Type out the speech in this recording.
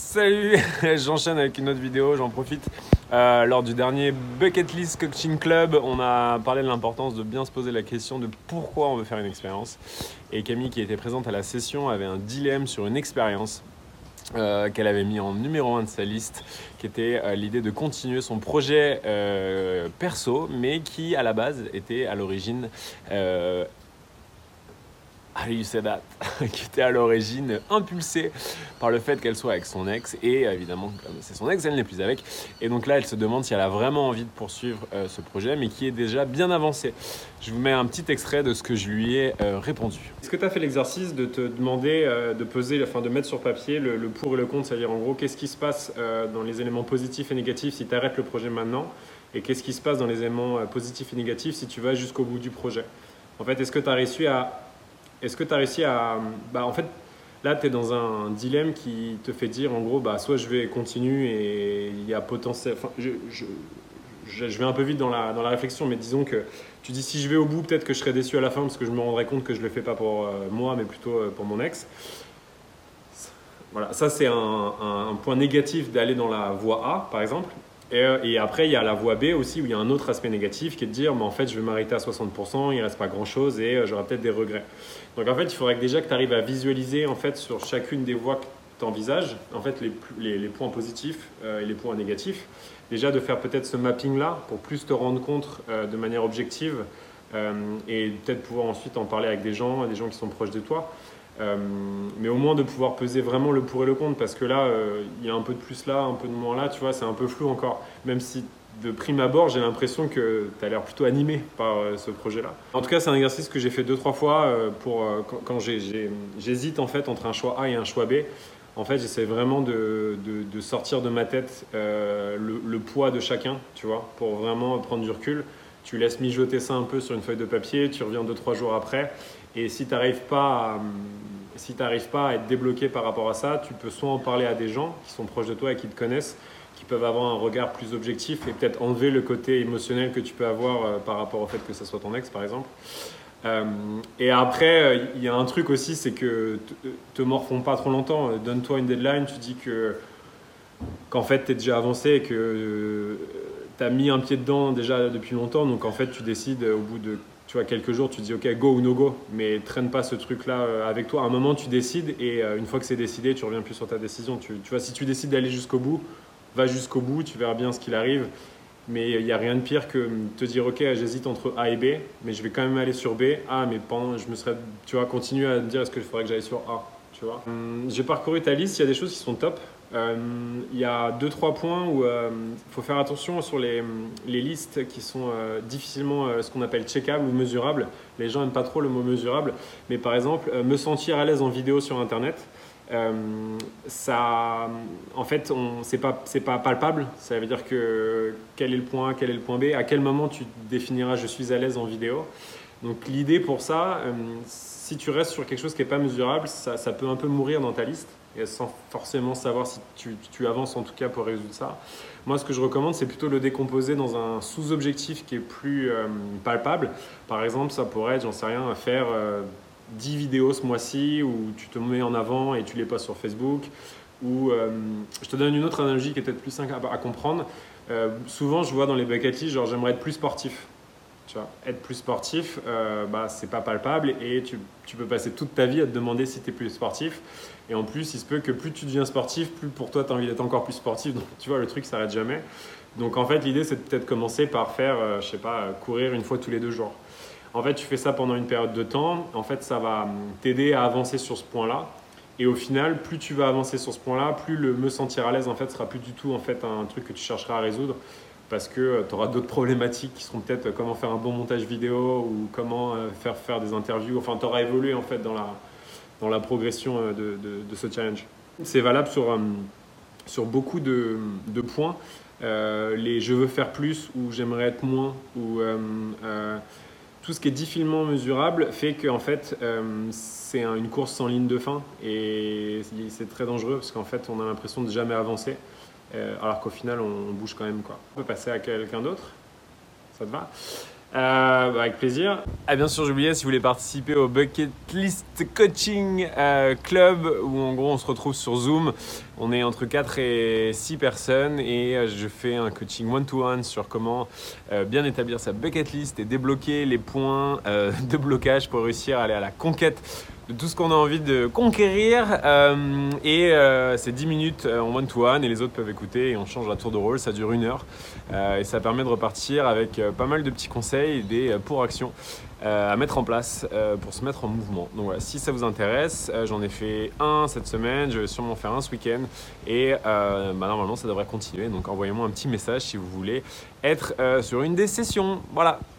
Salut, j'enchaîne avec une autre vidéo, j'en profite. Lors du dernier Bucket List Coaching Club, on a parlé de l'importance de bien se poser la question de pourquoi on veut faire une expérience. Et Camille, qui était présente à la session, avait un dilemme sur une expérience qu'elle avait mis en numéro 1 de sa liste, qui était l'idée de continuer son projet perso, mais qui à la base était à l'origine qui était à l'origine impulsée par le fait qu'elle soit avec son ex, et évidemment comme c'est son ex, elle n'est plus avec, et donc là elle se demande si elle a vraiment envie de poursuivre ce projet, mais qui est déjà bien avancé. Je vous mets un petit extrait de ce que je lui ai répondu. Est-ce que tu as fait l'exercice de te demander de peser, enfin de mettre sur papier le pour et le contre, c'est-à-dire en gros qu'est-ce qui se passe dans les éléments positifs et négatifs si tu arrêtes le projet maintenant, et qu'est-ce qui se passe dans les éléments positifs et négatifs si tu vas jusqu'au bout du projet? En fait, est-ce que tu as réussi à... en fait, là, tu es dans un dilemme qui te fait dire, en gros, soit je vais continuer et il y a potentiel... Enfin, je vais un peu vite dans la réflexion, mais disons que tu dis, si je vais au bout, peut-être que je serai déçu à la fin parce que je me rendrai compte que je ne le fais pas pour moi, mais plutôt pour mon ex. Voilà, ça, c'est un point négatif d'aller dans la voie A, par exemple. Et après, il y a la voie B aussi, où il y a un autre aspect négatif qui est de dire, en fait, je vais m'arrêter à 60%, il ne reste pas grand-chose et j'aurai peut-être des regrets. Donc, en fait, il faudrait déjà que tu arrives à visualiser, en fait, sur chacune des voies que tu envisages, en fait, les points positifs et les points négatifs. Déjà, de faire peut-être ce mapping-là pour plus te rendre compte de manière objective et peut-être pouvoir ensuite en parler avec des gens qui sont proches de toi. Mais au moins de pouvoir peser vraiment le pour et le contre, parce que là, il y a un peu de plus là, un peu de moins là, tu vois, c'est un peu flou encore. Même si de prime abord, j'ai l'impression que tu as l'air plutôt animé par ce projet-là. En tout cas, c'est un exercice que j'ai fait 2-3 fois quand j'hésite en fait entre un choix A et un choix B. En fait, j'essaie vraiment de sortir de ma tête le poids de chacun, tu vois, pour vraiment prendre du recul. Tu laisses mijoter ça un peu sur une feuille de papier, tu reviens 2-3 jours après. Et si tu n'arrives pas à être débloqué par rapport à ça, tu peux soit en parler à des gens qui sont proches de toi et qui te connaissent, qui peuvent avoir un regard plus objectif et peut-être enlever le côté émotionnel que tu peux avoir par rapport au fait que ça soit ton ex, par exemple. Et après, il y a un truc aussi, c'est que te morfonds pas trop longtemps. Donne-toi une deadline, tu dis qu'en fait, tu es déjà avancé et que tu as mis un pied dedans déjà depuis longtemps. Donc en fait, tu décides au bout de quelques jours, tu te dis ok, go ou no go, mais traîne pas ce truc-là avec toi. À un moment, tu décides et une fois que c'est décidé, tu reviens plus sur ta décision. Tu vois, si tu décides d'aller jusqu'au bout, va jusqu'au bout, tu verras bien ce qu'il arrive. Mais il n'y a rien de pire que te dire ok, j'hésite entre A et B, mais je vais quand même aller sur B. Ah, mais continuer à me dire est-ce qu'il faudrait que j'aille sur A, tu vois. J'ai parcouru ta liste, il y a des choses qui sont top. Il y a 2-3 points où il faut faire attention sur les listes qui sont difficilement ce qu'on appelle checkable ou mesurable. Les gens n'aiment pas trop le mot mesurable, mais par exemple, me sentir à l'aise en vidéo sur Internet, ça, en fait, c'est pas palpable. Ça veut dire que quel est le point A, quel est le point B, à quel moment tu définiras je suis à l'aise en vidéo. Donc l'idée pour ça, si tu restes sur quelque chose qui n'est pas mesurable, ça peut un peu mourir dans ta liste, et sans forcément savoir si tu avances en tout cas pour résoudre ça. Moi, ce que je recommande, c'est plutôt le décomposer dans un sous-objectif qui est plus palpable. Par exemple, ça pourrait être, j'en sais rien, faire 10 vidéos ce mois-ci où tu te mets en avant et tu les postes sur Facebook. Ou je te donne une autre analogie qui est peut-être plus simple à comprendre. Souvent, je vois dans les bucket lists, genre j'aimerais être plus sportif. Tu vois, être plus sportif, c'est pas palpable et tu peux passer toute ta vie à te demander si tu es plus sportif. Et en plus, il se peut que plus tu deviens sportif, plus pour toi tu as envie d'être encore plus sportif. Donc tu vois, le truc s'arrête jamais. Donc en fait, l'idée c'est de peut-être commencer par faire, courir une fois tous les 2 jours. En fait, tu fais ça pendant une période de temps. En fait, ça va t'aider à avancer sur ce point-là. Et au final, plus tu vas avancer sur ce point-là, plus le me sentir à l'aise en fait sera plus du tout en fait un truc que tu chercheras à résoudre. Parce que tu auras d'autres problématiques qui seront peut-être comment faire un bon montage vidéo ou comment faire des interviews. Enfin, tu auras évolué en fait dans la progression de ce challenge. C'est valable sur beaucoup de points. Les je veux faire plus ou j'aimerais être moins ou tout ce qui est difficilement mesurable fait que en fait, c'est une course sans ligne de fin et c'est très dangereux parce qu'en fait, on a l'impression de jamais avancer. Alors qu'au final, on bouge quand même, quoi. On peut passer à quelqu'un d'autre, ça te va? Avec plaisir. Ah, bien sûr, j'oubliais, si vous voulez participer au Bucket List Coaching Club, où en gros on se retrouve sur Zoom, on est entre 4 et 6 personnes et je fais un coaching one-to-one sur comment bien établir sa bucket list et débloquer les points de blocage pour réussir à aller à la conquête de tout ce qu'on a envie de conquérir. C'est 10 minutes en one-to-one et les autres peuvent écouter et on change à tour de rôle, ça dure 1 heure et ça permet de repartir avec pas mal de petits conseils et des pour-actions à mettre en place pour se mettre en mouvement. Donc voilà, si ça vous intéresse, j'en ai fait un cette semaine, je vais sûrement faire un ce week-end et normalement ça devrait continuer. Donc envoyez-moi un petit message si vous voulez être sur une des sessions. Voilà.